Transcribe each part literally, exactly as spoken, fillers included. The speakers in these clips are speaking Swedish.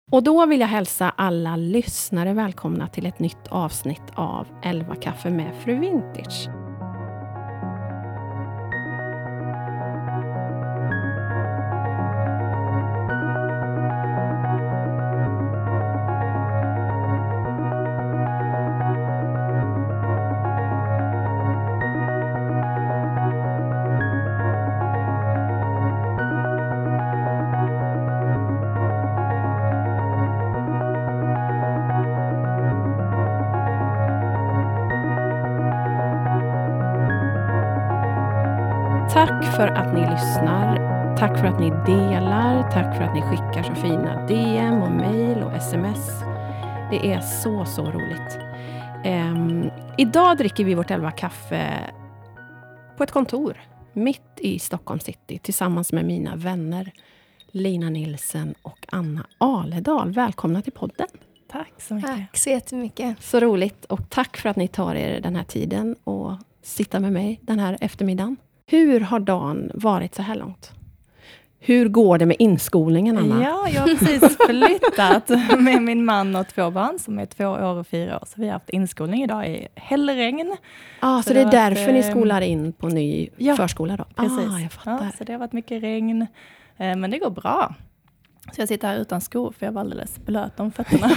Och då vill jag hälsa alla lyssnare välkomna till ett nytt avsnitt av elva kaffe med Fru Vintage. Tack för att ni lyssnar, tack för att ni delar, tack för att ni skickar så fina D M och mejl och sms. Det är så, så roligt. Um, idag dricker vi vårt elva kaffe på ett kontor mitt i Stockholm city tillsammans med mina vänner Lina Nilsen och Anna Aledal. Välkomna till podden. Tack så mycket. Tack så jättemycket. Så roligt och tack för att ni tar er den här tiden och sitter med mig den här eftermiddagen. Hur har dagen varit så här långt? Hur går det med inskolningen, Anna? Ja, jag har precis flyttat med min man och två barn som är två år och fyra år. Så vi har haft inskolning idag i Hellregn. Ah, så, så det är därför varit, ni skolar in på ny ja, förskola då? Precis. Ah, jag fattar. Ja, så det har varit mycket regn. Men det går bra. Så jag sitter här utan skor för jag var alldeles blöt om fötterna.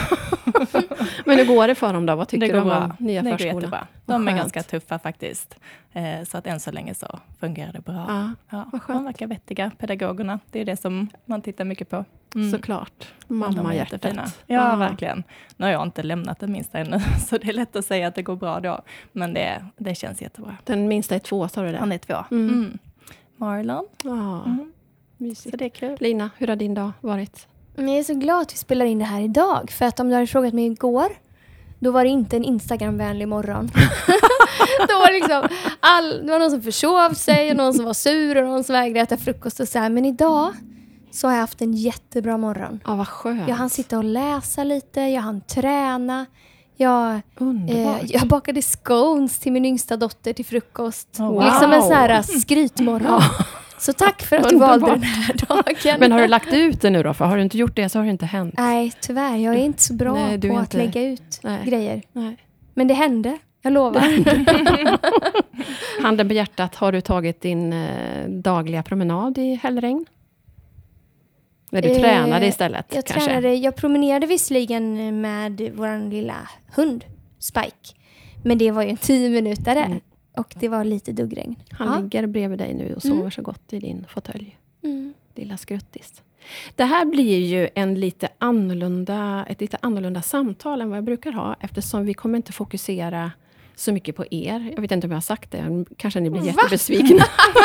Men hur går det för dem då? Vad tycker det du om bra. nya det förskola? Det går jättebra. De är ganska tuffa faktiskt. Eh, så att än så länge så fungerar det bra. Ah, ja, de verkar vettiga, pedagogerna. Det är det som man tittar mycket på. Mm. Såklart. Mamma-hjärtat. Ja, ah. verkligen. Nu har jag inte lämnat den minsta ännu. Så det är lätt att säga att det går bra då. Men det, det känns jättebra. Den minsta är två, sa du det? Han är två. Mm. Mm. Marlon. Ah. Mm. Mysigt. Så det är kul. Lina, hur har din dag varit? Men jag är så glad att vi spelar in det här idag. För att om du hade frågat mig igår, då var det inte en Instagram-vänlig morgon. Då var det liksom all, det var någon som försov sig och någon som var sur och någon som vägrade äta frukost och så här. Men idag så har jag haft en jättebra morgon. Ja, vad skönt. Jag hann sitta och läsa lite, jag hann träna. Jag, eh, jag bakade scones till min yngsta dotter till frukost. Oh, wow. Liksom en sån här skrytmorgon. Så tack för att du valde den här dagen. Men har du lagt ut det nu då? För har du inte gjort det så har det inte hänt. Nej, tyvärr. Jag är inte så bra Nej, på att inte... lägga ut Nej. grejer. Nej. Men det hände. Jag lovar. Handen på hjärtat, har du tagit din eh, dagliga promenad i Hellregn? När du eh, tränade istället jag kanske? Tränade, jag promenerade visserligen med vår lilla hund, Spike. Men det var ju en tio minuter där. Mm. Och det var lite duggregn. Han ja. ligger bredvid dig nu och sover mm. så gott i din fåtölj. Mm. Lilla skruttis. Det här blir ju en lite annorlunda, ett lite annorlunda samtal än vad jag brukar ha. Eftersom vi kommer inte fokusera så mycket på er. Jag vet inte om jag har sagt det. Kanske ni blir jättebesvikna.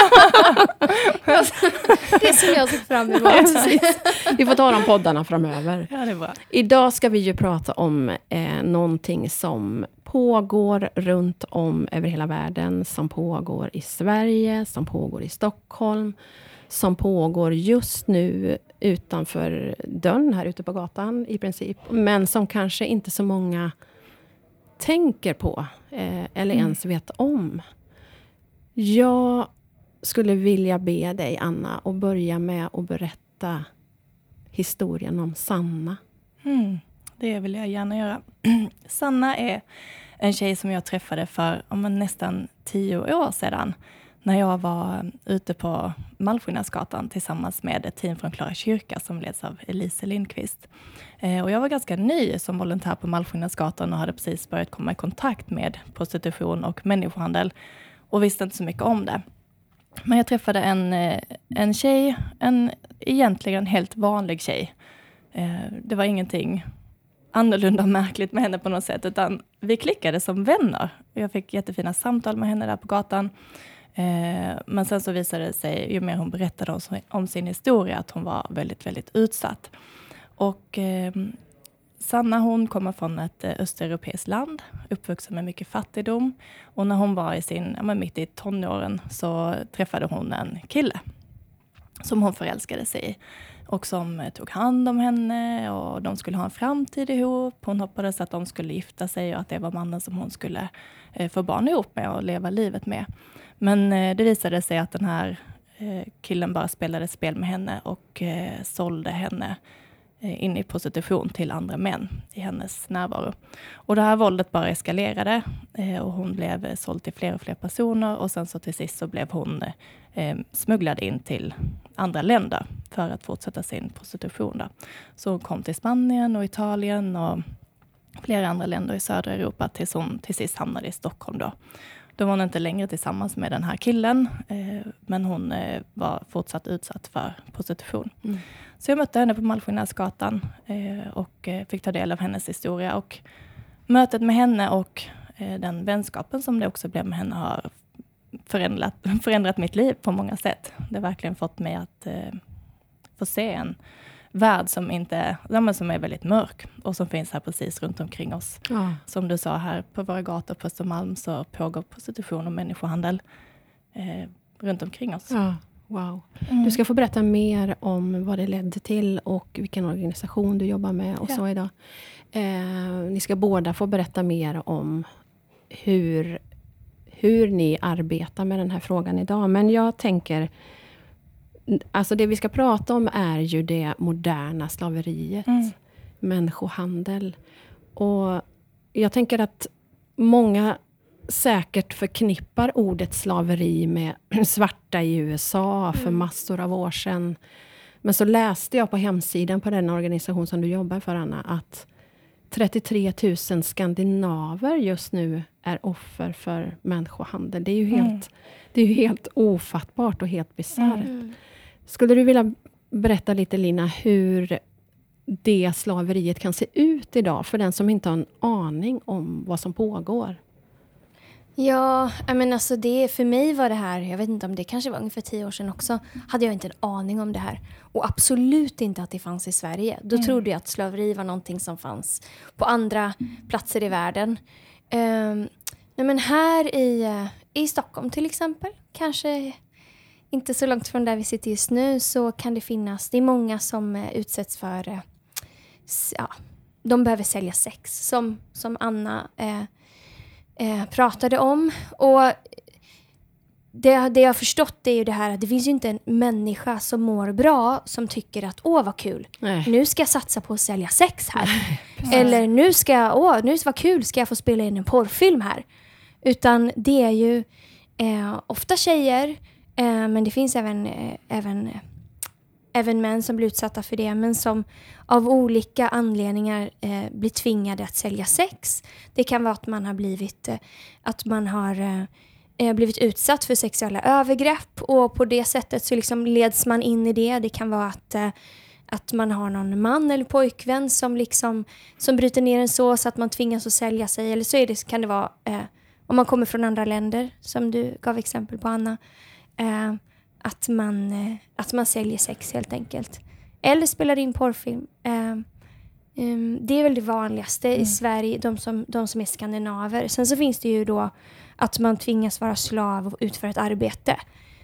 Det är som jag ser fram emot. Vi får ta de poddarna framöver. Ja, det är bra. Idag ska vi ju prata om eh, någonting som pågår runt om över hela världen. Som pågår i Sverige, som pågår i Stockholm. Som pågår just nu utanför dörren här ute på gatan i princip. Men som kanske inte så många tänker på eh, eller mm. ens vet om. Jag skulle vilja be dig, Anna, att börja med att berätta historien om Sanna. Mm, det vill jag gärna göra. Sanna är en tjej som jag träffade för om nästan tio år sedan. När jag var ute på Malmskillnadsgatan tillsammans med ett team från Klara kyrka som leds av Elise Lindqvist. Eh, och jag var ganska ny som volontär på Malmskillnadsgatan och hade precis börjat komma i kontakt med prostitution och människohandel. Och visste inte så mycket om det. Men jag träffade en, en tjej, en egentligen helt vanlig tjej. Eh, det var ingenting annorlunda märkligt med henne på något sätt. Utan vi klickade som vänner. Jag fick jättefina samtal med henne där på gatan. Eh, men sen så visade det sig, ju mer hon berättade om, om sin historia, att hon var väldigt, väldigt utsatt. Och eh, Sanna, hon kommer från ett eh, östeuropeiskt land, uppvuxen med mycket fattigdom. Och när hon var i sin, ja, men mitt i tonåren så träffade hon en kille som hon förälskade sig i. Och som eh, tog hand om henne och de skulle ha en framtid ihop. Hon hoppades att de skulle gifta sig och att det var mannen som hon skulle eh, få barn ihop med och leva livet med. Men eh, det visade sig att den här eh, killen bara spelade spel med henne och eh, sålde henne eh, in i prostitution till andra män i hennes närvaro. Och det här våldet bara eskalerade eh, och hon blev såld till fler och fler personer och sen så till sist så blev hon eh, smugglad in till andra länder för att fortsätta sin prostitution där. Så hon kom till Spanien och Italien och flera andra länder i södra Europa tills hon till sist hamnade i Stockholm då. Då var hon inte längre tillsammans med den här killen. Eh, men hon eh, var fortsatt utsatt för prostitution. Mm. Så jag mötte henne på Malmskillnadsgatan eh, och eh, fick ta del av hennes historia. Och mötet med henne och eh, den vänskapen som det också blev med henne har förändrat, förändrat mitt liv på många sätt. Det har verkligen fått mig att eh, få se en värld som inte, som är väldigt mörk och som finns här precis runt omkring oss. Ja. Som du sa, här på våra gator på Östermalm så pågår prostitution och människohandel eh, runt omkring oss. Ja, wow. Mm. Du ska få berätta mer om vad det ledde till och vilken organisation du jobbar med och ja. så idag. Eh, ni ska båda få berätta mer om hur, hur ni arbetar med den här frågan idag. Men jag tänker, alltså det vi ska prata om är ju det moderna slaveriet, mm. människohandel. Och jag tänker att många säkert förknippar ordet slaveri med svarta i U S A för mm. massor av år sedan. Men så läste jag på hemsidan på den organisation som du jobbar för, Anna, att trettiotre tusen skandinaver just nu är offer för människohandel. Det är ju helt, mm. det är ju helt ofattbart och helt bisarrt. Mm. Skulle du vilja berätta lite, Lina, hur det slaveriet kan se ut idag för den som inte har en aning om vad som pågår? Ja, men alltså det, för mig var det här, jag vet inte om det kanske var ungefär tio år sedan också, hade jag inte en aning om det här. Och absolut inte att det fanns i Sverige. Då mm. trodde jag att slaveri var någonting som fanns på andra platser i världen. Um, nej men här i, i Stockholm till exempel, kanske inte så långt från där vi sitter just nu, så kan det finnas, det är många som uh, utsätts för, uh, ja, de behöver sälja sex, som, som Anna uh, uh, pratade om. Och det, det jag har förstått är ju det här att det finns ju inte en människa som mår bra som tycker att åh vad kul, Nej. nu ska jag satsa på att sälja sex här. Eller nu ska jag, åh nu vad kul, ska jag få spela in en porrfilm här. Utan det är ju uh, ofta tjejer, Eh, men det finns även, eh, även, eh, även män som blir utsatta för det. Men som av olika anledningar eh, blir tvingade att sälja sex. Det kan vara att man har blivit, eh, att man har eh, blivit utsatt för sexuella övergrepp. Och på det sättet så liksom leds man in i det. Det kan vara att, eh, att man har någon man eller pojkvän som, liksom, som bryter ner en så, så att man tvingas att sälja sig. Eller så är det, kan det vara eh, om man kommer från andra länder, som du gav exempel på, Anna. Uh, att, man, uh, att man säljer sex helt enkelt. Eller spelar in porrfilm. Uh, um, det är väl det vanligaste mm. i Sverige, de som, de som är skandinaver. Sen så finns det ju då att man tvingas vara slav och utföra ett arbete.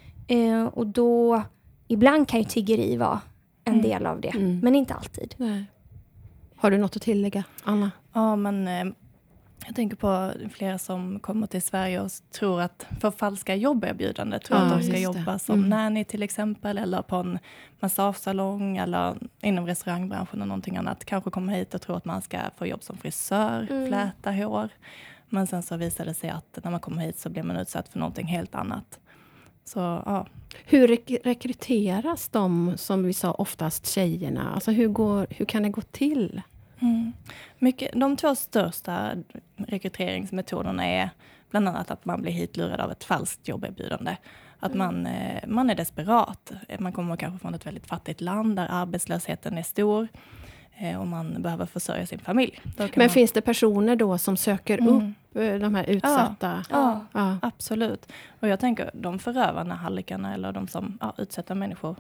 Uh, och då, ibland kan ju tiggeri vara en mm. del av det. Mm. Men inte alltid. Nej. Har du något att tillägga, Anna? Ja, men... Uh, Jag tänker på flera som kommer till Sverige och tror att för falska jobberbjudande, tror ja, att de ska jobba som mm. nanny till exempel, eller på en massagesalong eller inom restaurangbranschen och någonting annat. Kanske komma hit och tro att man ska få jobb som frisör, mm. fläta hår. Men sen så visar det sig att när man kommer hit så blir man utsatt för någonting helt annat. Så, ja. Hur rek- rekryteras de, som vi sa, oftast tjejerna? Alltså hur, går, hur kan det gå till? Mm. Mycket, de två största rekryteringsmetoderna är bland annat att man blir hitlurad av ett falskt jobberbjudande. Att man, eh, man är desperat. Man kommer kanske från ett väldigt fattigt land där arbetslösheten är stor eh, och man behöver försörja sin familj. Men man... finns det personer då som söker mm. upp eh, de här utsatta? Ja, ja, ja, absolut. Och jag tänker de förövarna, hallikarna eller de som ja, utsätter människor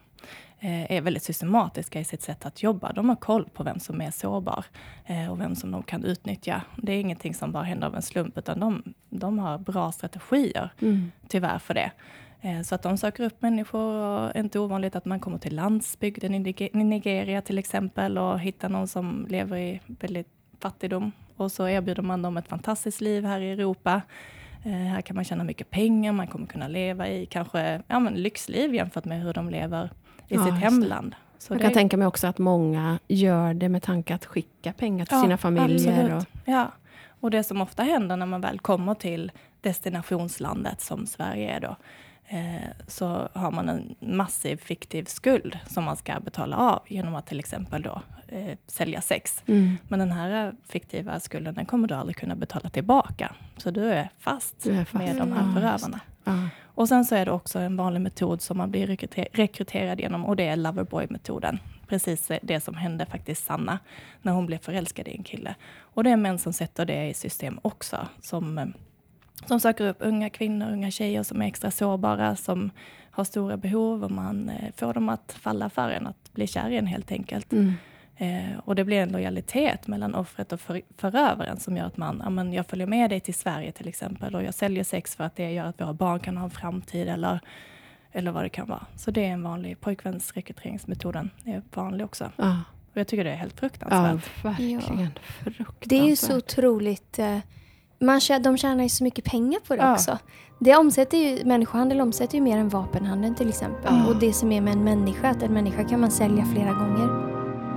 är väldigt systematiska i sitt sätt att jobba. De har koll på vem som är sårbar eh, och vem som de kan utnyttja. Det är ingenting som bara händer av en slump, utan de, de har bra strategier mm. tyvärr för det. Eh, så att de söker upp människor, och inte ovanligt att man kommer till landsbygden i Nigeria till exempel och hittar någon som lever i väldigt fattigdom. Och så erbjuder man dem ett fantastiskt liv här i Europa. Eh, här kan man tjäna mycket pengar, man kommer kunna leva i kanske ja, men lyxliv jämfört med hur de lever i ja, sitt hemland. Så Jag det, kan tänka mig också att många gör det med tanke att skicka pengar till ja, sina familjer. absolut. Och, Ja, och det som ofta händer när man väl kommer till destinationslandet som Sverige är då, eh, så har man en massiv fiktiv skuld som man ska betala av genom att till exempel då eh, sälja sex. mm, Men den här fiktiva skulden, den kommer du aldrig kunna betala tillbaka. Så du är fast, Du är fast. med de här Mm. förövarna. ja. Och sen så är det också en vanlig metod som man blir rekryter- rekryterad genom, och det är Loverboy-metoden. Precis det som hände faktiskt Sanna när hon blev förälskad i en kille. Och det är män som sätter det i system också. Som, som söker upp unga kvinnor, unga tjejer som är extra sårbara, som har stora behov, och man eh, får dem att falla för en, att bli kär i en helt enkelt. Mm. Eh, och det blir en lojalitet mellan offret och för, förövaren som gör att man, ja, men jag följer med dig till Sverige till exempel, och jag säljer sex för att det gör att våra barn kan ha en framtid, eller, eller vad det kan vara. Så det är en vanlig pojkvänsrekryteringsmetoden. Det är vanlig också. Ja. Och jag tycker det är helt ja, fruktansvärt. verkligen. Fruktansvärt. Det är ju så otroligt. eh, Man, tjä- de tjänar ju så mycket pengar på det Ja. också. Det omsätter ju, människohandel omsätter ju mer än vapenhandeln till exempel. Ja. Och det som är med en människa, att en människa kan man sälja flera gånger.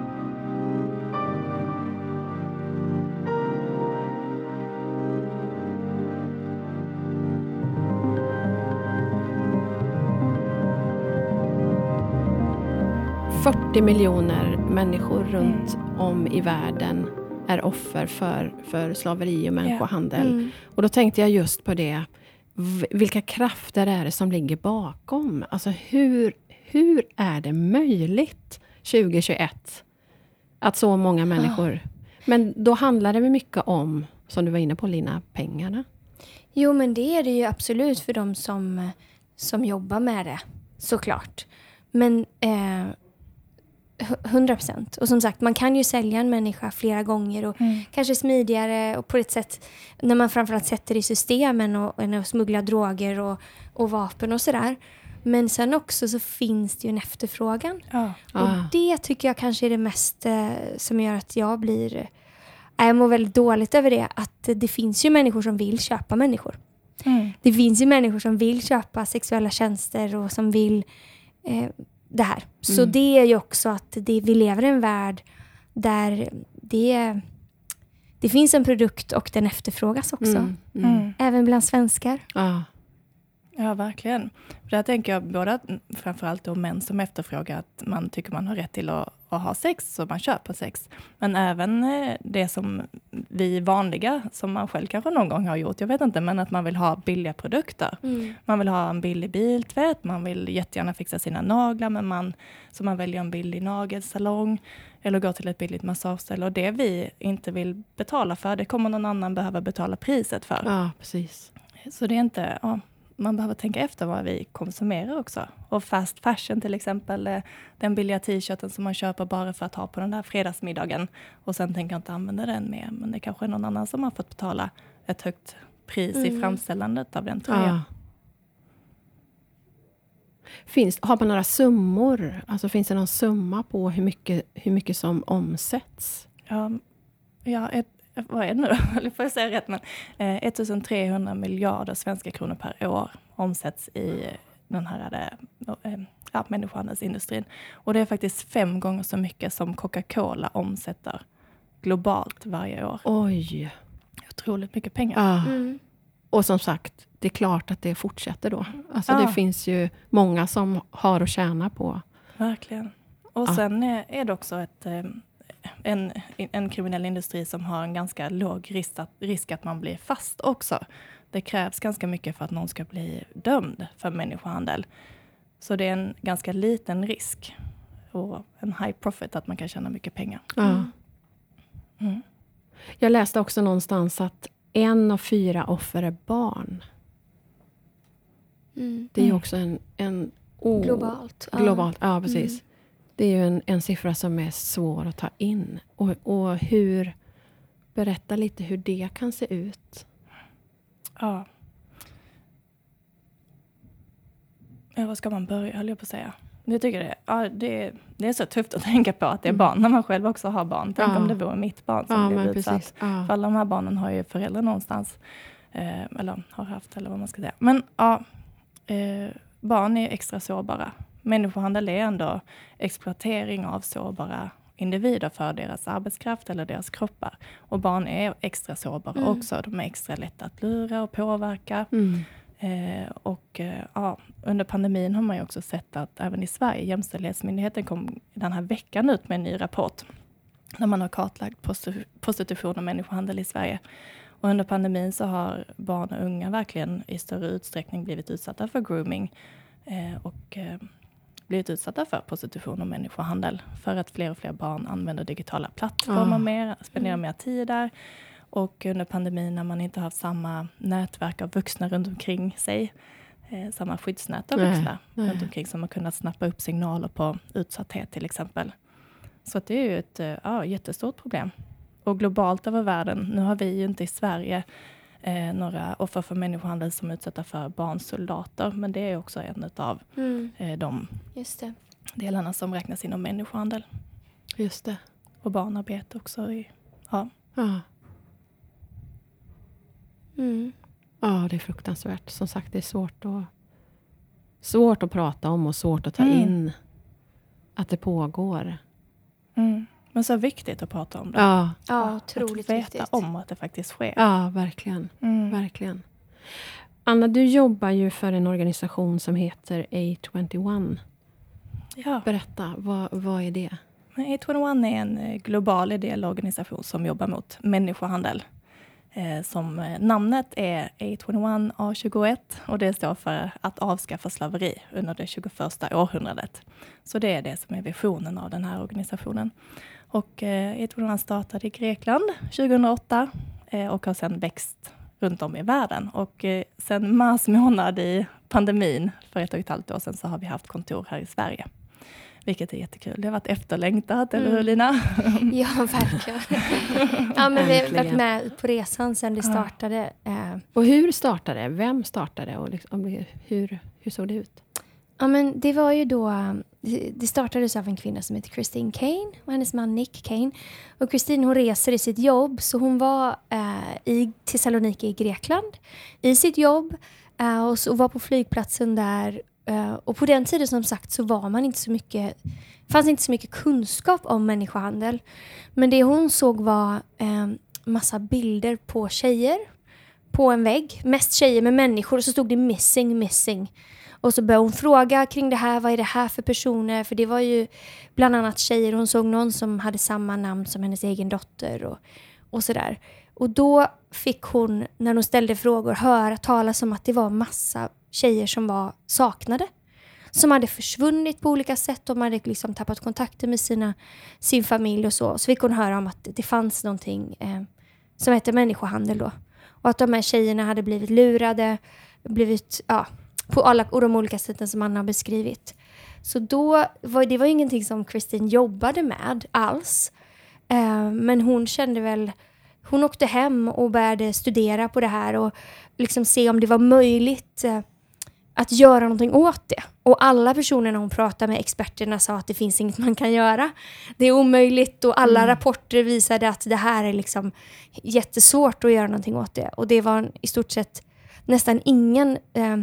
fyrtio miljoner människor runt om i världen är offer för, för slaveri och människohandel. Mm. Och då tänkte jag just på det. V- vilka krafter är det som ligger bakom? Alltså hur, hur är det möjligt tjugohundratjugoett att så många människor... Men då handlar det mycket om, som du var inne på Lina, pengarna. Jo, men det är det ju absolut för de som, som jobbar med det, såklart. Men eh, hundra procent. Och som sagt, man kan ju sälja en människa flera gånger och Mm. kanske smidigare och på ett sätt när man framförallt sätter i systemen och, och smugglar droger och, och vapen och sådär. Men sen också så finns det ju en efterfrågan. Ja. Ah. Och det tycker jag kanske är det mest eh, som gör att jag blir... Eh, jag mår väldigt dåligt över det. Att det finns ju människor som vill köpa människor. Mm. Det finns ju människor som vill köpa sexuella tjänster och som vill eh, det här. Så Mm. det är ju också att det, vi lever i en värld där det, det finns en produkt och den efterfrågas också. Mm, mm. Mm. Även bland svenskar. Ah. Ja, verkligen. För där tänker jag både att framförallt då män som efterfrågar att man tycker man har rätt till att, att ha sex, så man köper sex. Men även eh, det som vi vanliga, som man själv kanske någon gång har gjort, jag vet inte, men att man vill ha billiga produkter. Mm. Man vill ha en billig biltvätt, man vill jättegärna fixa sina naglar, men man, så man väljer en billig nagelsalong eller går till ett billigt massageställe. Och det vi inte vill betala för, det kommer någon annan behöva betala priset för. Ja, precis. Så det är inte... Ja, man behöver tänka efter vad vi konsumerar också. Och fast fashion till exempel, eh, den billiga t-shirten som man köper bara för att ha på den där fredagsmiddagen. Och sen tänker jag inte använda den mer. Men det kanske är någon annan som har fått betala ett högt pris Mm. i framställandet av den tröjan. Ja. Finns, har man några summor? Alltså finns det någon summa på hur mycket, hur mycket som omsätts? Ja, ja ett, vad är det nu då? Eller får jag säga rätt? Men, eh, ettusentrehundra miljarder svenska kronor per år omsätts i den här eh, ja, människohandelsindustrin. Och det är faktiskt fem gånger så mycket som Coca-Cola omsätter globalt varje år. Oj. Otroligt mycket pengar. Ja. Mm. Och som sagt, det är klart att det fortsätter då. Alltså Ja. det finns ju många som har att tjäna på. Verkligen. Och Ja. sen är, är det också ett, eh, en, en kriminell industri som har en ganska låg risk att, risk att man blir fast också. Det krävs ganska mycket för att någon ska bli dömd för människohandel. Så det är en ganska liten risk och en high profit att man kan tjäna mycket pengar. Ja. Mm. Jag läste också någonstans att en av fyra offer är barn. Mm. Det är ju Mm. också en... en oh, Globalt. Ja. Globalt, ja precis. Mm. Det är ju en, en siffra som är svår att ta in. Och, och hur... Berätta lite hur det kan se ut. Ja. Ja, vad ska man börja, höll jag på att säga. Jag tycker det, ja, det, det är så tufft att tänka på att det är Mm. barn när man själv också har barn. Tänk Ja. om det vore mitt barn som Ja, blev men utsatt. precis. Ja. För alla de här barnen har ju föräldrar någonstans. Eh, eller har haft, eller vad man ska säga. Men ja, eh, barn är extra sårbara. människohandel är ändå exploatering av sårbara individer för deras arbetskraft eller deras kroppar. Och barn är extra sårbara mm. också. De är extra lätta att lura och påverka. Mm. Eh, och eh, ja, under pandemin har man ju också sett att även i Sverige, Jämställdhetsmyndigheten kom den här veckan ut med en ny rapport när man har kartlagt prostitution och människohandel i Sverige. Och under pandemin så har barn och unga verkligen i större utsträckning blivit utsatta för grooming eh, och eh, blivit utsatta för prostitution och människohandel. För att fler och fler barn använder digitala plattformar oh. mer, spenderar mm. mer tid där. Och under pandemin när man inte har haft samma nätverk av vuxna runt omkring sig, eh, samma skyddsnät av vuxna nej, runt omkring som har kunnat snappa upp signaler på utsatthet till exempel. Så att det är ju ett ja, jättestort problem. Och globalt över världen, nu har vi ju inte i Sverige eh, några offer för människohandel som är utsatta för barnsoldater. Men det är också en av mm. eh, de Just det. delarna som räknas inom människohandel. Just det. Och barnarbete också. I, ja. Ja. Mm. Ja, det är fruktansvärt. Som sagt, det är svårt att, svårt att prata om och svårt att ta mm. in att det pågår. Mm. Men så viktigt att prata om det. Ja, ja otroligt att veta viktigt. om att det faktiskt sker. Ja, verkligen. Mm. verkligen. Anna, du jobbar ju för en organisation som heter A tjugoett. Ja. Berätta, vad, vad är det? A tjugoett är en global ideell organisation som jobbar mot människohandel. Eh, som eh, namnet är A tjugoett A tjugoett och det står för att avskaffa slaveri under det tjugoförsta århundradet. Så det är det som är visionen av den här organisationen. Och eh, A tjugoett startade i Grekland tjugohundraåtta eh, och har sedan växt runt om i världen. Och eh, sedan mars månad i pandemin för ett och ett halvt år sedan så har vi haft kontor här i Sverige. Vilket är jättekul. Det har varit efterlängtat, mm. eller hur Lina? Ja, verkligen. Ja, men vi har varit med på resan sedan det startade. Ja. Och hur startade det? Vem startade? Och liksom, hur, hur såg det ut? Ja, men det var ju då... Det startades av en kvinna som heter Christine Kane och hennes man Nick Kane. Och Christine, hon reser i sitt jobb. Så hon var eh, i Thessaloniki i Grekland i sitt jobb. Eh, och så var på flygplatsen där. Uh, och på den tiden som sagt så var man inte så mycket, fanns inte så mycket kunskap om människohandel. Men det hon såg var uh, massa bilder på tjejer på en vägg. Mest tjejer med människor och så stod det missing, missing. Och så började hon fråga kring det här, vad är det här för personer? För det var ju bland annat tjejer. Hon såg någon som hade samma namn som hennes egen dotter och, och sådär. Och då fick hon, när hon ställde frågor, höra talas om att det var massa tjejer som var saknade. Som hade försvunnit på olika sätt. De hade liksom tappat kontakter med sina, sin familj och så. Så fick hon höra om att det fanns någonting eh, som heter människohandel då. Och att de här tjejerna hade blivit lurade. Blivit, ja, på alla de olika sätten som man har beskrivit. Så då var det var ingenting som Christine jobbade med alls. Eh, men hon kände väl... Hon åkte hem och började studera på det här. Och liksom se om det var möjligt... Eh, att göra någonting åt det. Och alla personerna hon pratade med, experterna, sa att det finns inget man kan göra. Det är omöjligt och alla mm. rapporter visade att det här är liksom jättesvårt att göra någonting åt det. Och det var i stort sett nästan ingen eh,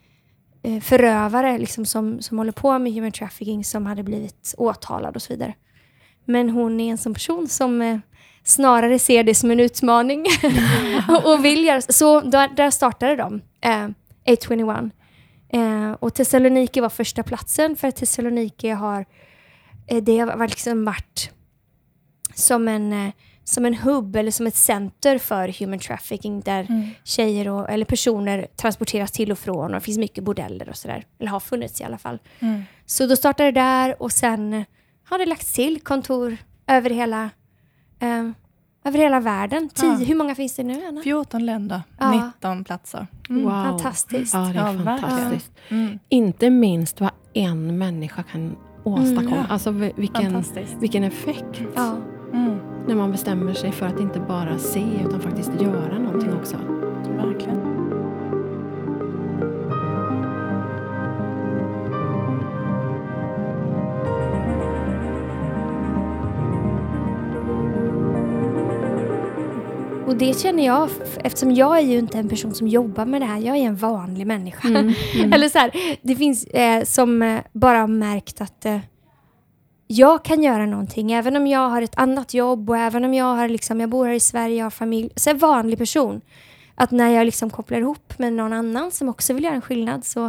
förövare liksom som, som håller på med human trafficking som hade blivit åtalad och så vidare. Men hon är en sån person som eh, snarare ser det som en utmaning och vill göra. Så där, där startade de eh, A tjugoett. Eh, och Thessaloniki var första platsen för att Thessaloniki har eh, det har liksom varit som en, eh, som en hub eller som ett center för human trafficking där mm. tjejer och, eller personer transporteras till och från och det finns mycket bordeller och sådär, eller har funnits i alla fall. Mm. Så då startade det där och sen har det lagts till kontor över hela eh, över hela världen. Tio, ja. Hur många finns det nu, Anna? fjorton länder, ja. nitton platser. Mm. Wow. Fantastiskt. Ja, det är ja, fantastiskt. Mm. Inte minst vad en människa kan åstadkomma. Mm. Alltså vilken, vilken effekt. Ja. Mm. När man bestämmer sig för att inte bara se utan faktiskt göra någonting också. Verkligen. Och det känner jag, eftersom jag är ju inte en person som jobbar med det här. Jag är en vanlig människa. Mm, mm. Eller så här, det finns eh, som eh, bara har märkt att eh, jag kan göra någonting. Även om jag har ett annat jobb och även om jag har liksom, jag bor här i Sverige, jag har familj. Så är vanlig person. Att när jag liksom kopplar ihop med någon annan som också vill göra en skillnad, så,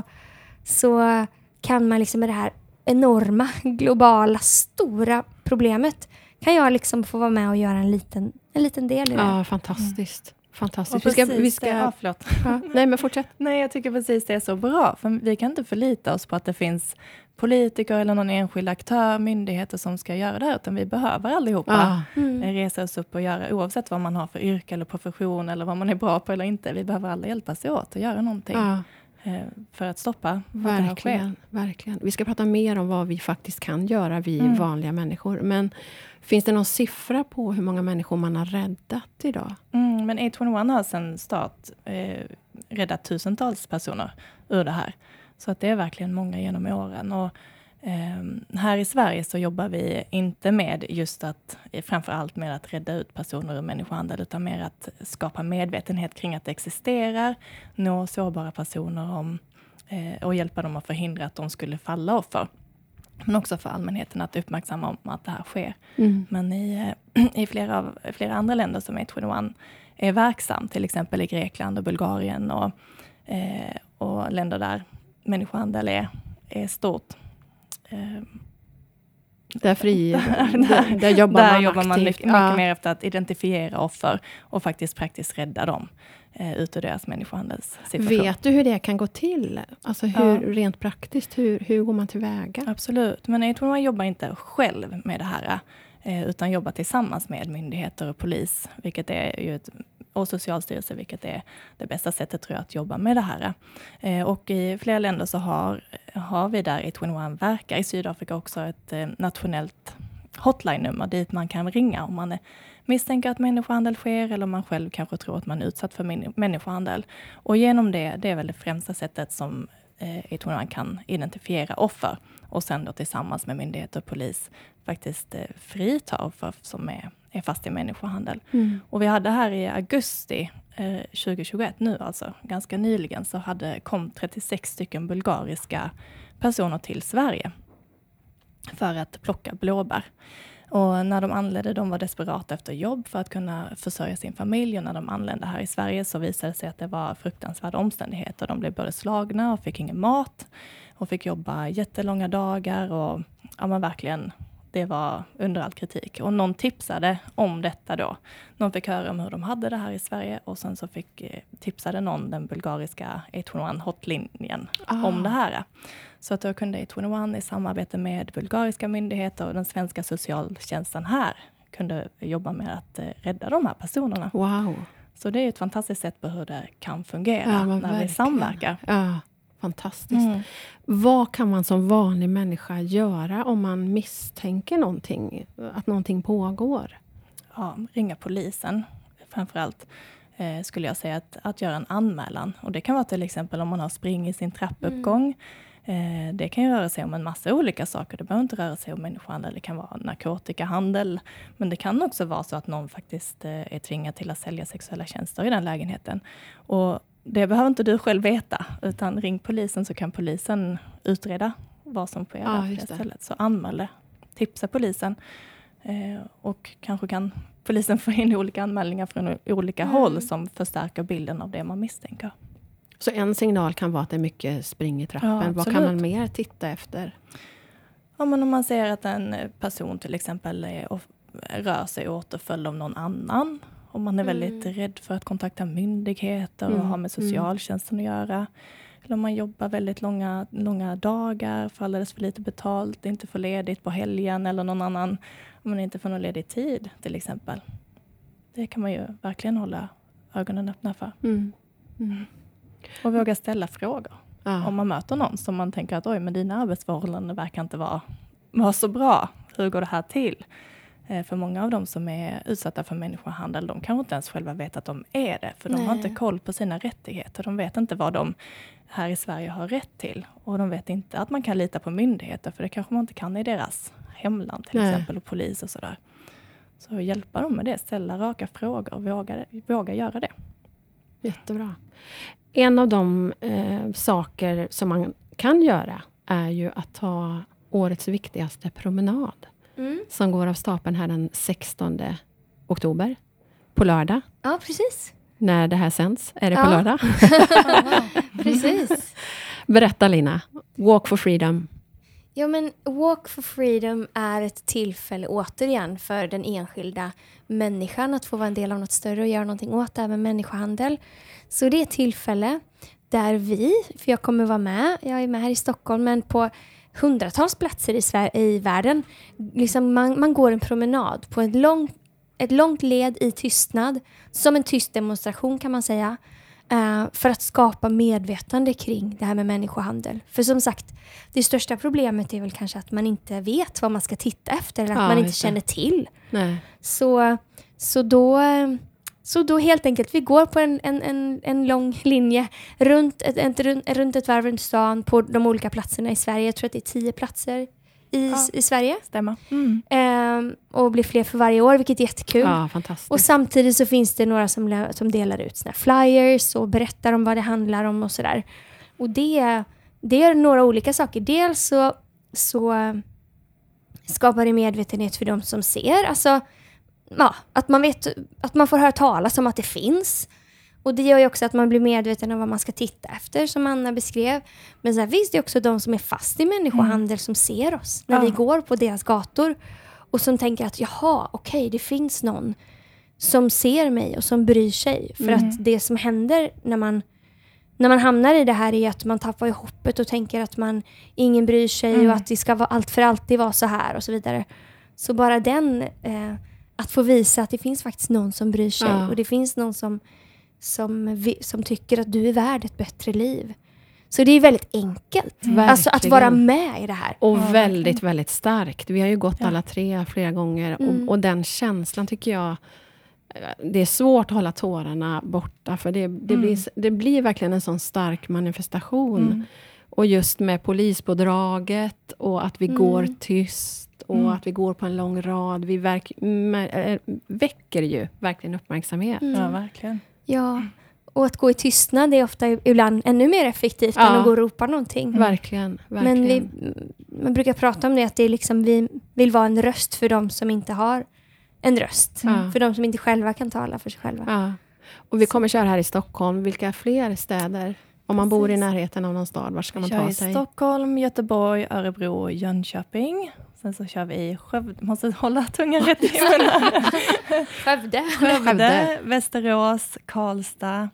så kan man liksom med det här enorma, globala, stora problemet, kan jag liksom få vara med och göra en liten, en liten del i det. Ja, fantastiskt. Mm. Fantastiskt. Vi ska, vi ska... Ja, förlåt. Ja, nej, men fortsätt. Nej, jag tycker precis det är så bra. För vi kan inte förlita oss på att det finns politiker eller någon enskild aktör, myndigheter som ska göra det här. Utan vi behöver allihopa ah. mm. resa oss upp och göra, oavsett vad man har för yrke eller profession eller vad man är bra på eller inte. Vi behöver alla hjälpas åt och göra någonting. Ah. För att stoppa verkligen, verkligen. Vi ska prata mer om vad vi faktiskt kan göra, vi mm. vanliga människor. Men finns det någon siffra på hur många människor man har räddat idag? Mm, men åtta ett ett har sedan start eh, räddat tusentals personer ur det här. Så att det är verkligen många genom åren. Och eh, här i Sverige så jobbar vi inte med just att, framförallt med att rädda ut personer ur människohandel, utan mer att skapa medvetenhet kring att det existerar, nå sårbara personer om, eh, och hjälpa dem att förhindra att de skulle falla offer. Men också för allmänheten att uppmärksamma om att det här sker. Mm. Men i, i flera, av, flera andra länder som åtta ett ett är verksam, till exempel i Grekland och Bulgarien och, eh, och länder där människohandel är, är stort. Eh, där, fri, där, där jobbar där man jobbar man mycket, mycket ja. mer efter att identifiera offer och faktiskt praktiskt rädda dem eh, ut ur deras människohandelssituation. Vet du hur det kan gå till? Alltså hur, ja. rent praktiskt, hur, hur går man tillväga? Absolut, men jag tror man jobbar inte själv med det här eh, utan jobbar tillsammans med myndigheter och polis, vilket är ju ett, och Socialstyrelsen, vilket är det bästa sättet tror jag att jobba med det här. Eh, och i flera länder så har, har vi där åtta ett ett verkar. I Sydafrika också ett eh, nationellt hotline-nummer dit man kan ringa om man är, misstänker att människohandel sker eller om man själv kanske tror att man är utsatt för min, människohandel. Och genom det, det är väl det främsta sättet som eh, åtta ett ett kan identifiera offer och sen då tillsammans med myndigheter och polis faktiskt eh, frita offer som är är fast i människohandel. Mm. Och vi hade här i augusti eh, tjugohundratjugoett, nu alltså, ganska nyligen, så hade, kom trettiosex stycken bulgariska personer till Sverige för att plocka blåbär. Och när de anlände, de var desperata efter jobb för att kunna försörja sin familj. Och när de anlände här i Sverige så visade det sig att det var fruktansvärda omständigheter. De blev både slagna och fick ingen mat och fick jobba jättelånga dagar och ja, man verkligen... Det var under all kritik. Och någon tipsade om detta då. Någon fick höra om hur de hade det här i Sverige. Och sen så fick, eh, tipsade någon den bulgariska åtta ett ett hotlinjen ah. om det här. Så att då kunde åtta ett ett i samarbete med bulgariska myndigheter och den svenska socialtjänsten här kunde jobba med att eh, rädda de här personerna. Wow. Så det är ett fantastiskt sätt på hur det kan fungera ja, när verkligen. vi samverkar. Ja. Fantastiskt. Mm. Vad kan man som vanlig människa göra om man misstänker någonting, att någonting pågår? Ja, ringa polisen framförallt eh, skulle jag säga att, att göra en anmälan. Och det kan vara till exempel om man har spring i sin trappuppgång. Mm. Eh, det kan ju röra sig om en massa olika saker. Det behöver inte röra sig om människohandel, det kan vara narkotikahandel. Men det kan också vara så att någon faktiskt eh, är tvingad till att sälja sexuella tjänster i den lägenheten. Och det behöver inte du själv veta, utan ring polisen så kan polisen utreda vad som sker ja, på det stället. Så anmäl det, tipsa polisen eh, och kanske kan polisen få in olika anmälningar från olika mm. håll som förstärker bilden av det man misstänker. Så en signal kan vara att det är mycket spring i trappen. Ja, vad kan man mer titta efter? Ja, men om man ser att en person till exempel är, rör sig återföljd av någon annan. Om man är väldigt mm. rädd för att kontakta myndigheter och mm. ha med socialtjänsten att göra. Eller om man jobbar väldigt långa, långa dagar, får alldeles för lite betalt, inte får ledigt på helgen eller någon annan. Om man inte får någon ledig tid till exempel. Det kan man ju verkligen hålla ögonen öppna för. Mm. Mm. Och våga ställa frågor. Ah. Om man möter någon som man tänker att oj, men dina arbetsförhållanden verkar inte vara, vara så bra. Hur går det här till? För många av dem som är utsatta för människohandel, de kanske inte ens själva vet att de är det. För de Nej. har inte koll på sina rättigheter. De vet inte vad de här i Sverige har rätt till. Och de vet inte att man kan lita på myndigheter. För det kanske man inte kan i deras hemland till Nej. exempel. Och polis och sådär. Så hjälpa dem med det, ställa raka frågor och våga, våga göra det. Jättebra. En av de eh, saker som man kan göra är ju att ta årets viktigaste promenad. Mm. Som går av stapeln här den sextonde oktober. På lördag. Ja, precis. När det här sänds. Är det Ja. på lördag? Precis. Berätta Lina. Walk for freedom. Ja, men Walk for freedom är ett tillfälle återigen för den enskilda människan att få vara en del av något större och göra någonting åt det här med människohandel. Så det är ett tillfälle där vi, för jag kommer vara med, jag är med här i Stockholm, men på hundratals platser i, Sver- i världen. Liksom man, man går en promenad på ett långt, ett långt led i tystnad, som en tyst demonstration kan man säga. Uh, för att skapa medvetande kring det här med människohandel. För som sagt, det största problemet är väl kanske att man inte vet vad man ska titta efter. Eller att Ja, man inte just det. känner till. Nej. Så, så, då, så då helt enkelt, vi går på en, en, en, en lång linje runt ett, ett, runt, runt ett varv runt stan på de olika platserna i Sverige. Jag tror att det är tio platser i, Ja. i Sverige. Stämmer. Mm. Um, och blir fler för varje år, vilket är jättekul. Ja, fantastiskt. Och samtidigt så finns det några som, lä- som delar ut såna flyers och berättar om vad det handlar om och sådär. Och det, det är några olika saker. Dels så, så äh, skapar det medvetenhet för de som ser. Alltså, ja, att man vet, att man får höra talas om att det finns. Och det gör ju också att man blir medveten om vad man ska titta efter, som Anna beskrev. Men sen finns det också de som är fast i människohandel mm. som ser oss när Ja. vi går på deras gator. Och som tänker att jaha, okej, okay, det finns någon som ser mig och som bryr sig. För Mm. att det som händer när man, när man hamnar i det här är att man tappar ju hoppet och tänker att man ingen bryr sig Mm. och att det ska vara allt för alltid vara så här och så vidare. Så bara den, eh, att få visa att det finns faktiskt någon som bryr sig. Ja. Och det finns någon som, som, vi, som tycker att du är värd ett bättre liv. Så det är väldigt enkelt. Mm. Alltså att Verkligen. vara med i det här. Och Ja, väldigt, verkligen. väldigt starkt. Vi har ju gått Ja. alla tre flera gånger. Mm. Och, och den känslan tycker jag... Det är svårt att hålla tårarna borta. För det, det, Mm. blir, det blir verkligen en sån stark manifestation. Mm. Och just med polispådraget. Och att vi Mm. går tyst. Och Mm. att vi går på en lång rad. Vi verk, mä, äh, väcker ju verkligen uppmärksamhet. Mm. Ja, verkligen. Ja, och att gå i tystnad är ofta ibland ännu mer effektivt Ja. än att gå och ropa någonting. Verkligen, verkligen. Men vi, man brukar prata om det, att det är liksom, vi vill vara en röst för de som inte har en röst. Ja. För de som inte själva kan tala för sig själva. Ja. Och vi kommer köra här i Stockholm. Vilka fler städer? Om man bor i Precis. närheten av någon stad, var ska man Vi kör ta i sig? Stockholm, Göteborg, Örebro, Jönköping. Sen så kör vi i Skövde. Måste hålla tungan rätt i munnen. Skövde. Skövde, Skövde. Västerås, Karlstad,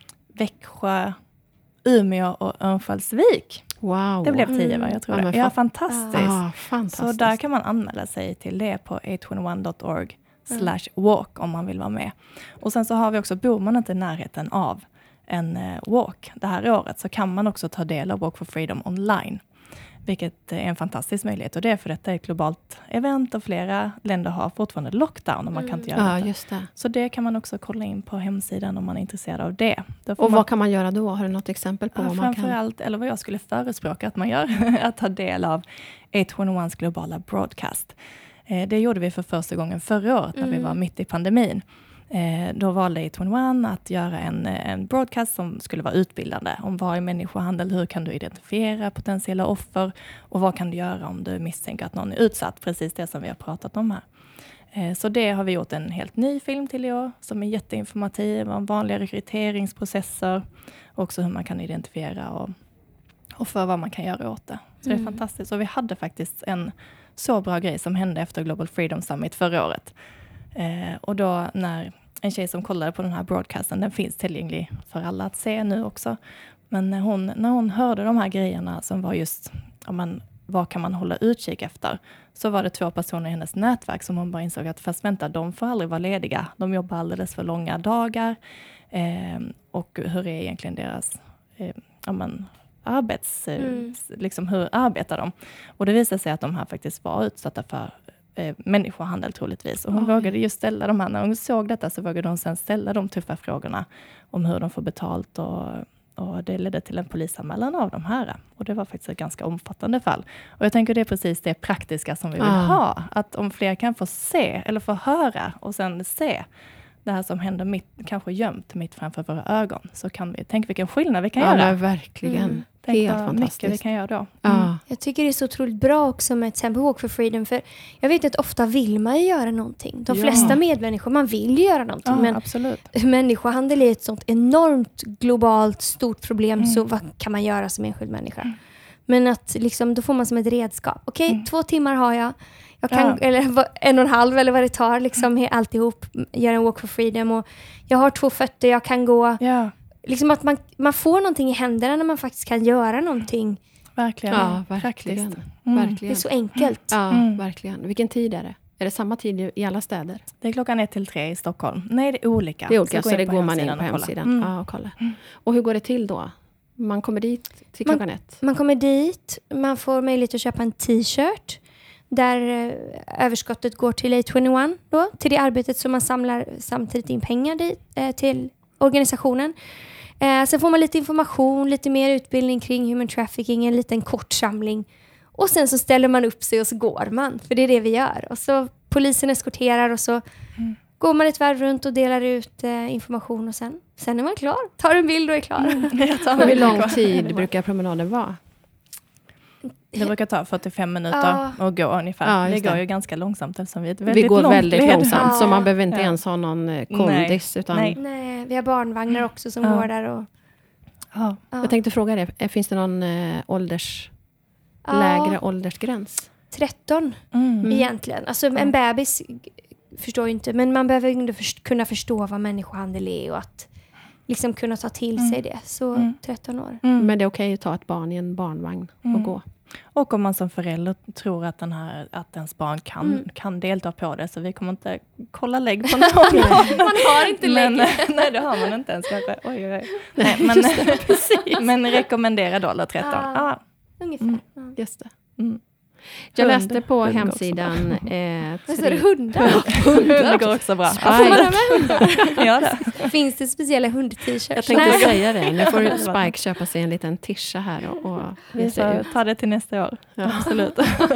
Växjö, Umeå och Örnsköldsvik. Wow. Det blev tio, Mm. va? Jag tror Ja, det. men Ja, fa- fantastiskt. Ah, fantastiskt. Så där kan man anmäla sig till det på åtta ett ett dot org slash walk om man vill vara med. Och sen så har vi också, bor man inte i närheten av en eh, walk det här året, så kan man också ta del av Walk for Freedom online. Vilket är en fantastisk möjlighet. Och det är för detta är ett globalt event och flera länder har fortfarande lockdown och man kan inte göra Ja, detta. just det. Så det kan man också kolla in på hemsidan om man är intresserad av det. Då får Och man, vad kan man göra då? Har du något exempel på ja, vad man kan? framförallt, eller vad jag skulle förespråka att man gör, att ta del av åtta ett ett globala broadcast. Eh, det gjorde vi för första gången förra året när Mm. vi var mitt i pandemin. Eh, då valde åtta ett ett att göra en, en broadcast som skulle vara utbildande om vad är människohandel, hur kan du identifiera potentiella offer och vad kan du göra om du misstänker att någon är utsatt, precis det som vi har pratat om här. Eh, så det har vi gjort en helt ny film till i år som är jätteinformativ om vanliga rekryteringsprocesser och också hur man kan identifiera och, och för vad man kan göra åt det. Så det är Mm. fantastiskt. Och vi hade faktiskt en så bra grej som hände efter Global Freedom Summit förra året. Eh, och då när en tjej som kollade på den här broadcasten, den finns tillgänglig för alla att se nu också. Men när hon, när hon hörde de här grejerna som var just, ja, men, vad kan man hålla utkik efter? Så var det två personer i hennes nätverk som hon bara insåg att fast vänta, de får aldrig vara lediga. De jobbar alldeles för långa dagar. Eh, och hur är egentligen deras eh, ja, men, arbets... Eh, Mm. liksom, hur arbetar de? Och det visade sig att de här faktiskt var utsatta för eh, människohandel troligtvis. Och hon Oj. vågade just ställa de här, när hon såg detta så vågade hon sen ställa de tuffa frågorna om hur de får betalt och och det ledde till en polisanmälan av de här. Och det var faktiskt ett ganska omfattande fall. Och jag tänker det är precis det praktiska som vi vill Ah. ha. Att om fler kan få se eller få höra och sen se det här som händer mitt, kanske gömt mitt framför våra ögon, så kan vi, tänk vilken skillnad vi kan Ja, göra. men verkligen. Mm. Tänk Helt vad mycket vi fantastiskt. kan göra då. Mm. Ja. Jag tycker det är så otroligt bra också med till exempel Walk for Freedom. För jag vet att ofta vill man ju göra någonting. De Ja. flesta medmänniskor, man vill ju göra någonting. Ja, men absolut. människohandel är ett sånt enormt globalt stort problem. Mm. Så vad kan man göra som enskild människa? Mm. Men att liksom, då får man som ett redskap. Okej, okay, Mm. två timmar har jag. Jag kan, Ja. eller en och en halv eller vad det tar. Liksom, mm. alltihop, göra en Walk for Freedom. Och jag har två fötter, jag kan gå. Ja. Liksom att man, man får någonting i händerna när man faktiskt kan göra någonting. Verkligen. Ja, verkligen. Praktiskt. Det verkligen. är så enkelt. Ja, Mm. verkligen. Vilken tid är det? Är det samma tid i alla städer? Det är klockan ett till tre i Stockholm. Nej, det är olika. Det är olika, gå så, in det på går man in hemsidan på och kolla. hemsidan. Mm. Ja, och kolla. Och hur går det till då? Man kommer dit till Man- klockan ett. Man kommer dit, man får möjlighet att köpa en t-shirt där eh, överskottet går till A tjugoett då, till det arbetet som man samlar samtidigt in pengar dit, eh, till organisationen. Eh, sen får man lite information, lite mer utbildning kring human trafficking, en liten kort samling. Och sen så ställer man upp sig och så går man, för det är det vi gör. Och så polisen eskorterar och så Mm. går man ett varv runt och delar ut eh, information och sen, sen är man klar. Tar en bild och är klar. Jag tar Och hur mig lång kvar. tid brukar promenaden vara? Det brukar ta fyrtiofem minuter Ja. att gå ungefär. Ja, det just går det. ju ganska långsamt eftersom vi är ett väldigt Vi går långt väldigt led. långsamt, så Ja. man behöver inte Ja. ens ha någon eh, kondis. Utan Nej. Nej, vi har barnvagnar också som Ja. går där. Och, Ja. ja. Jag tänkte fråga dig, eh, finns det någon eh, ålders, Ja, lägre åldersgräns? tretton Mm. egentligen. Alltså Ja. en bebis g- förstår ju inte, men man behöver ju ändå först- kunna förstå vad människohandel är och att liksom kunna ta till Mm. sig det. Så Mm. tretton år. Mm. Men det är okej att ta ett barn i en barnvagn och Mm. gå. Och om man som förälder tror att, den här, att ens barn kan, Mm. kan delta på det, så vi kommer inte kolla lägg på någon. Man har inte men, lägg. nej, det har man inte ens kanske. Oj, oj, oj. Nej, men, men rekommenderad ålder tretton. Ja. Ah. Ungefär. Mm. Ja. Just det. Mm. Jag Hund. läste på Hund går hemsidan... Eh, Vad sa tre- du? Hundar? Hund går också bra. Ja, får man ha med hundar? Ja, det. Finns det speciella hund-t-shirts? Jag tänkte Nej. säga det. Nu får Spike köpa sig en liten tisha här och, och Vi ge sig ut. får ta det till nästa år. Ja. Absolut.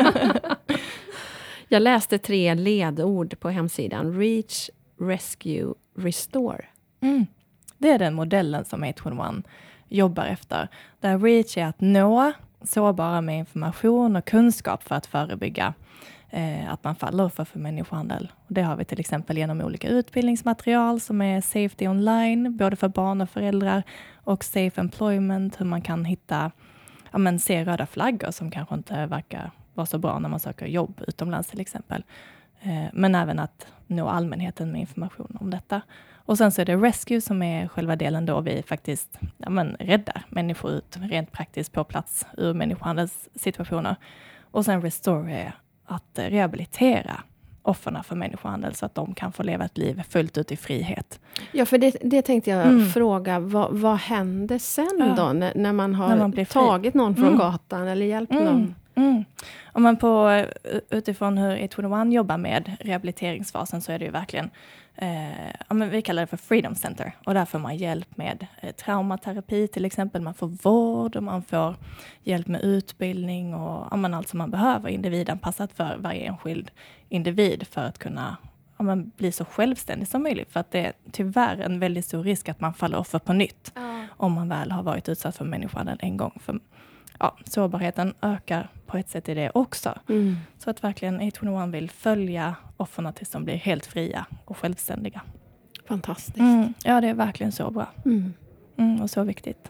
Jag läste tre ledord på hemsidan. Reach, Rescue, Restore. Mm. Det är den modellen som A tjugoett jobbar efter. Där Reach är att nå sårbara med information och kunskap för att förebygga eh, att man faller offer för människohandel. Och det har vi till exempel genom olika utbildningsmaterial som är Safety Online, både för barn och föräldrar, och Safe Employment, hur man kan hitta, ja, men, se röda flaggor som kanske inte verkar vara så bra när man söker jobb utomlands till exempel. Eh, men även att nå allmänheten med information om detta. Och sen så är det Rescue som är själva delen då vi faktiskt ja, men, räddar människor ut rent praktiskt på plats ur människohandelssituationer. Och sen Restore är att eh, rehabilitera offerna för människohandel så att de kan få leva ett liv fullt ut i frihet. Ja, för det, det tänkte jag Mm. fråga. Vad, vad händer sen Ja. då? När, när man har När man blir fri. tagit någon från Mm. gatan eller hjälpt Mm. någon? Mm. Om man på, utifrån hur A tjugoett jobbar med rehabiliteringsfasen så är det ju verkligen, eh, ja, men vi kallar det för Freedom Center. Och där får man hjälp med eh, traumaterapi till exempel. Man får vård och man får hjälp med utbildning och ja, men allt som man behöver individanpassat för varje enskild individ för att kunna ja, men bli så självständig som möjligt. För att det är tyvärr en väldigt stor risk att man faller offer på nytt Ja. om man väl har varit utsatt för människohandel en gång. För ja, sårbarheten ökar på ett sätt i det också. Mm. Så att verkligen A tjugoett vill följa offerna tills de blir helt fria och självständiga. Fantastiskt. Mm. Ja, det är verkligen så bra. Mm. Mm, och så viktigt.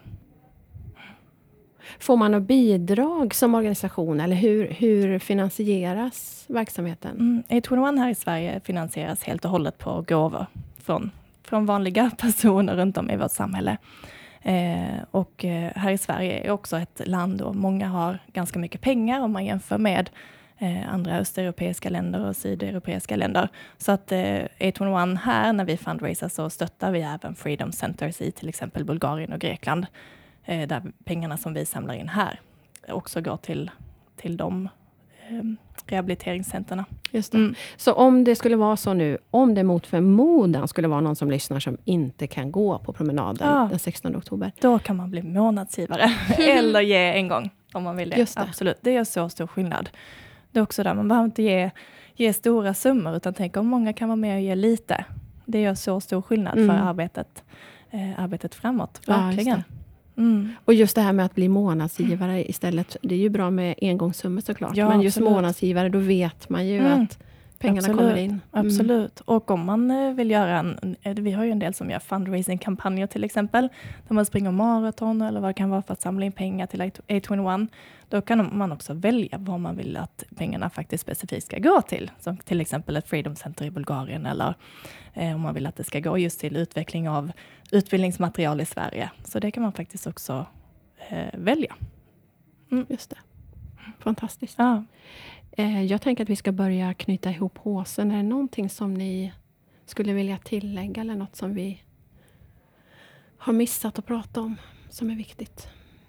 Får man något bidrag som organisation eller hur, hur finansieras verksamheten? Mm. A tjugoett här i Sverige finansieras helt och hållet på gåvor från, från vanliga personer runt om i vårt samhälle. Eh, och eh, här i Sverige är också ett land då många har ganska mycket pengar om man jämför med eh, andra östeuropeiska länder och sydeuropeiska länder. Så att eh, A tjugoett här, när vi fundraisar så stöttar vi även Freedom Centers i till exempel Bulgarien och Grekland. Eh, där pengarna som vi samlar in här också går till, till de um, rehabiliteringscenterna. Just det. Mm. Så om det skulle vara så nu, om det mot förmodan skulle vara någon som lyssnar som inte kan gå på promenaden Ja. den sextonde oktober. Då kan man bli månadsgivare eller ge en gång om man vill det. Just det. Absolut, det är så stor skillnad. Det är också där, man behöver inte ge, ge stora summor utan tänk om många kan vara med och ge lite. Det gör så stor skillnad Mm. för arbetet, eh, arbetet framåt. Ja, Verkligen. just Mm. Och just det här med att bli månadsgivare istället. Det är ju bra med engångssummor såklart. Ja, men just absolut. månadsgivare, då vet man ju Mm. att pengarna Absolut. kommer in. Mm. Absolut. Och om man eh, vill göra en, eh, vi har ju en del som gör fundraising-kampanjer till exempel, där man springer maraton eller vad det kan vara för att samla in pengar till A tjugoett. Då kan man också välja vad man vill att pengarna faktiskt specifikt ska gå till. Som till exempel ett Freedom Center i Bulgarien eller eh, om man vill att det ska gå just till utveckling av utbildningsmaterial i Sverige. Så det kan man faktiskt också eh, välja. Mm. Just det. Fantastiskt. Ja. Eh, jag tänker att vi ska börja knyta ihop håsen. Är det någonting som ni skulle vilja tillägga eller något som vi har missat att prata om som är viktigt?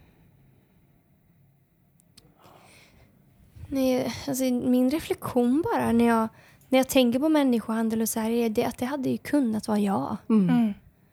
Nej, alltså min reflektion bara när jag, när jag tänker på människohandel och så här är det att det hade ju kunnat vara jag. Mm. Mm.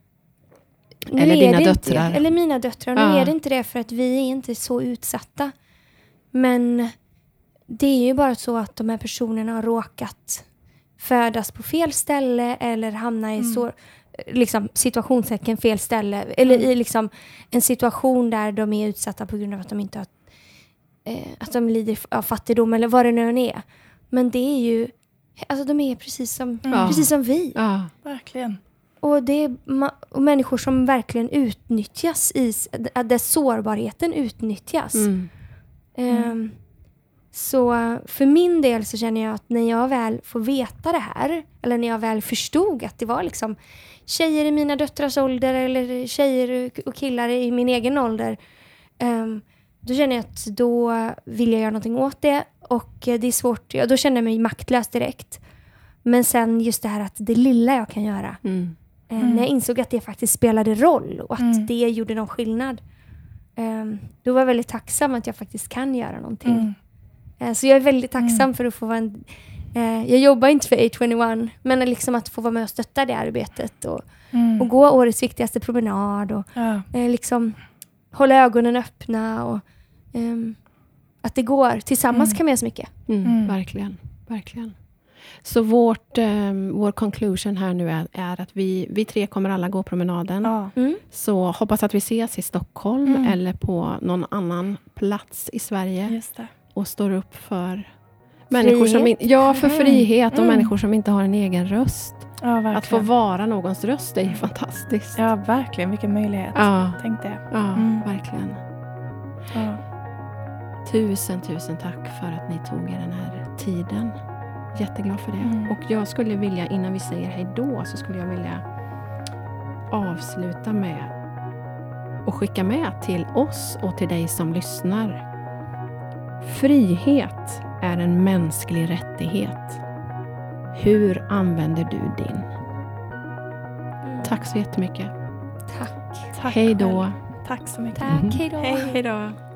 Nu Eller är dina det döttrar. Inte, eller mina döttrar. Nu Ja. är det inte det för att vi är inte så utsatta. Men det är ju bara så att de här personerna har råkat födas på fel ställe eller hamna i Mm. så, liksom, situationstecken fel ställe. Eller Mm. i liksom, en situation där de är utsatta på grund av att de inte har eh, att de lider av fattigdom eller vad det nu än är. Men det är ju, alltså de är precis som, Mm. precis som vi. Ja. Verkligen. Och det är ma- och människor som verkligen utnyttjas i, s- att där sårbarheten utnyttjas. Mm. Ehm, så för min del så känner jag att när jag väl får veta det här, eller när jag väl förstod att det var liksom tjejer i mina döttrars ålder eller tjejer och killar i min egen ålder, ehm, då känner jag att då vill jag göra någonting åt det. Och eh, det är svårt, ja, då känner jag mig maktlös direkt. Men sen just det här att det lilla jag kan göra. Mm. Eh, Mm. När jag insåg att det faktiskt spelade roll och att Mm. det gjorde någon skillnad. Eh, då var jag väldigt tacksam att jag faktiskt kan göra någonting. Mm. Eh, så jag är väldigt tacksam Mm. för att få vara en... Eh, jag jobbar inte för A tjugoett, men liksom att få vara med och stötta det arbetet. Och, Mm. och gå årets viktigaste promenad. Och Ja. eh, liksom hålla ögonen öppna. Och, ehm, att det går. Tillsammans Mm. kan man göra så mycket. Mm. Mm. Verkligen. Verkligen. Så vårt, eh, vår conclusion här nu är, är att vi, vi tre kommer alla gå promenaden. Ja. Mm. Så hoppas att vi ses i Stockholm Mm. eller på någon annan plats i Sverige. Just det. Och står upp för människor som in, ja, för Mm. frihet och Mm. människor som inte har en egen röst. Ja, verkligen. Att få vara någons röst är ju fantastiskt. Ja, verkligen. Vilken möjlighet. Ja, Tänk det. ja Mm. verkligen. Ja. Tusen, tusen tack för att ni tog er den här tiden. Jätteglad för det. Mm. Och jag skulle vilja, innan vi säger hej då, så skulle jag vilja avsluta med och skicka med till oss och till dig som lyssnar. Frihet är en mänsklig rättighet. Hur använder du din? Tack så jättemycket. Tack. Tack Hej då. själv. Tack så mycket. Tack. Hej då. Hej då.